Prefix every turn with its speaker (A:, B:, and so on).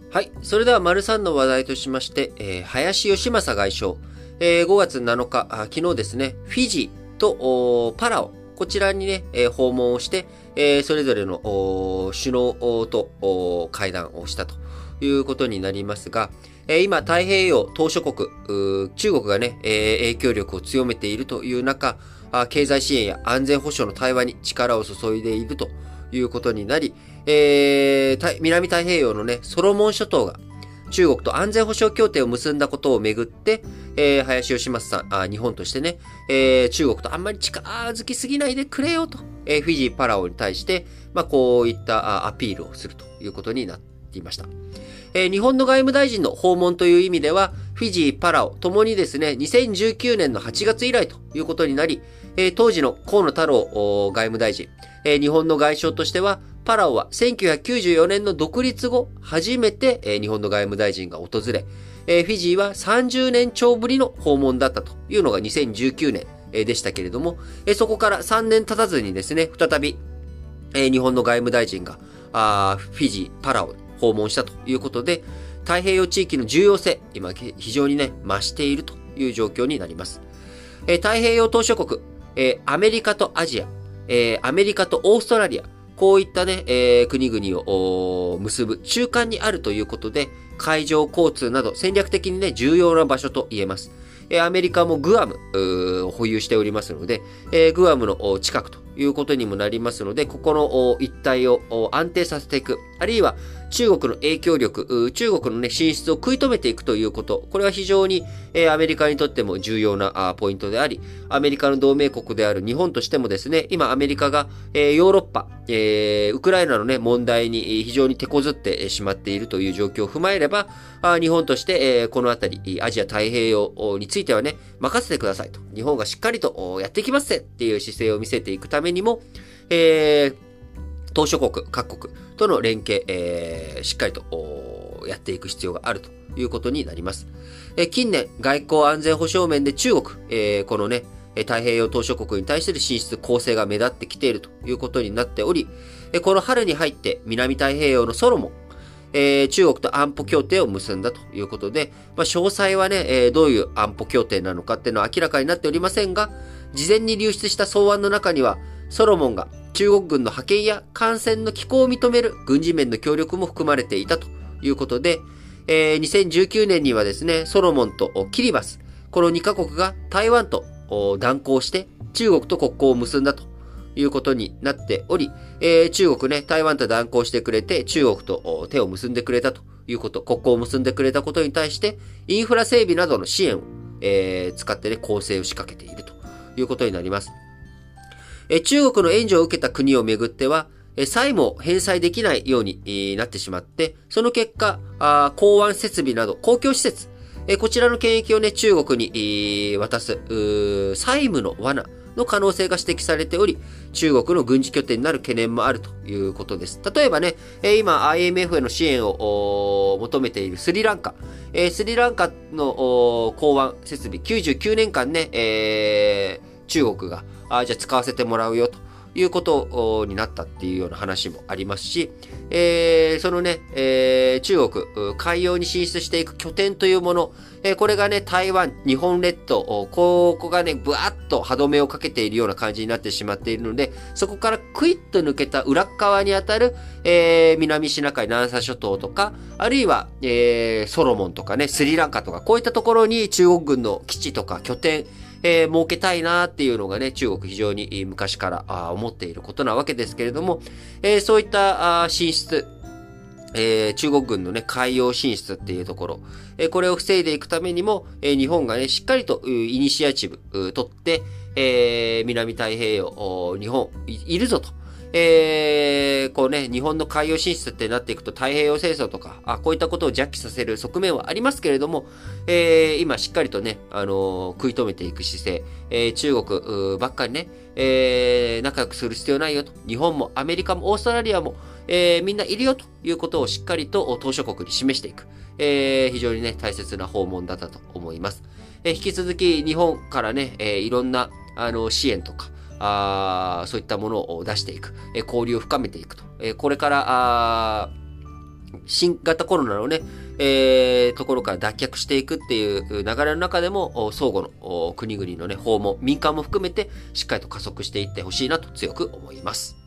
A: はい。それでは、丸3の話題としまして、林芳正外相、5月7日、昨日ですね、フィジーとパラオ、こちらにね、訪問をして、それぞれの首脳と会談をしたということになりますが、今、太平洋島諸国、中国がね、影響力を強めているという中、経済支援や安全保障の対話に力を注いでいるということになり、南太平洋のね、ソロモン諸島が中国と安全保障協定を結んだことをめぐって、林芳正さん、日本としてね、中国とあんまり近づきすぎないでくれよと、フィジー、パラオに対して、こういったアピールをするということになっていました。日本の外務大臣の訪問という意味では、フィジー、パラオともにですね、2019年の8月以来ということになり、当時の河野太郎外務大臣、日本の外相としては、パラオは1994年の独立後、初めて日本の外務大臣が訪れ、フィジーは30年超ぶりの訪問だったというのが2019年でしたけれども、そこから3年経たずにですね、再び日本の外務大臣がフィジー、パラオ訪問したということで、太平洋地域の重要性、今非常にね、増しているという状況になります。太平洋島諸国、アメリカとアジア、アメリカとオーストラリア、こういったね、国々を結ぶ中間にあるということで、海上交通など戦略的にね、重要な場所と言えます。アメリカもグアムを保有しておりますので、グアムの近くということにもなりますので、ここの一帯を安定させていく、あるいは中国の影響力、中国のね、進出を食い止めていくということ、これは非常にアメリカにとっても重要なポイントであり、アメリカの同盟国である日本としてもですね、今アメリカがヨーロッパ、ウクライナのね、問題に非常に手こずってしまっているという状況を踏まえれば、日本としてこのあたり、アジア太平洋についてはね、任せてくださいと。日本がしっかりとやっていきますぜっていう姿勢を見せていくためにも、島諸国、各国との連携、しっかりとやっていく必要があるということになります。近年、外交安全保障面で中国、このね、太平洋島諸国に対する進出攻勢が目立ってきているということになっており、この春に入って南太平洋のソロモン、中国と安保協定を結んだということで、詳細はね、どういう安保協定なのかっていうのは明らかになっておりませんが、事前に流出した草案の中には、ソロモンが中国軍の派遣や艦船の寄港を認める軍事面の協力も含まれていたということで、2019年にはですね、ソロモンとキリバス、この2カ国が台湾と断交して中国と国交を結んだということになっており、中国ね、台湾と断交してくれて、中国と手を結んでくれたということ、国交を結んでくれたことに対して、インフラ整備などの支援を、使ってね、攻勢を仕掛けているということになります。中国の援助を受けた国をめぐっては、債務を返済できないようになってしまって、その結果、港湾設備など公共施設、こちらの権益をね、中国に渡す、債務の罠の可能性が指摘されており、中国の軍事拠点になる懸念もあるということです。例えばね、今 IMF への支援を求めているスリランカ。スリランカの港湾設備、99年間ね、中国が、じゃあ使わせてもらうよということになったっていうような話もありますし、そのね、中国、海洋に進出していく拠点というもの、これがね、台湾、日本列島、ここがね、ぶわっと歯止めをかけているような感じになってしまっているので、そこからクイッと抜けた裏側にあたる、南シナ海、南沙諸島とか、あるいは、ソロモンとかね、スリランカとか、こういったところに中国軍の基地とか拠点、設けたいなっていうのがね、中国非常に昔から思っていることなわけですけれども、そういった進出、中国軍のね、海洋進出っていうところ、これを防いでいくためにも、日本がね、しっかりとイニシアチブ取って、南太平洋、日本、いるぞと。こうね、日本の海洋進出ってなっていくと太平洋戦争とか、こういったことを弱気させる側面はありますけれども、今しっかりとね、食い止めていく姿勢、中国ばっかりね、仲良くする必要ないよと。日本もアメリカもオーストラリアも、みんないるよということをしっかりと島諸国に示していく。非常にね、大切な訪問だったと思います。引き続き日本からね、いろんな支援とか、そういったものを出していく、交流を深めていくと。これから、 新型コロナのね、ところから脱却していくっていう流れの中でも、相互の国々のね、訪問、民間も含めてしっかりと加速していってほしいなと強く思います。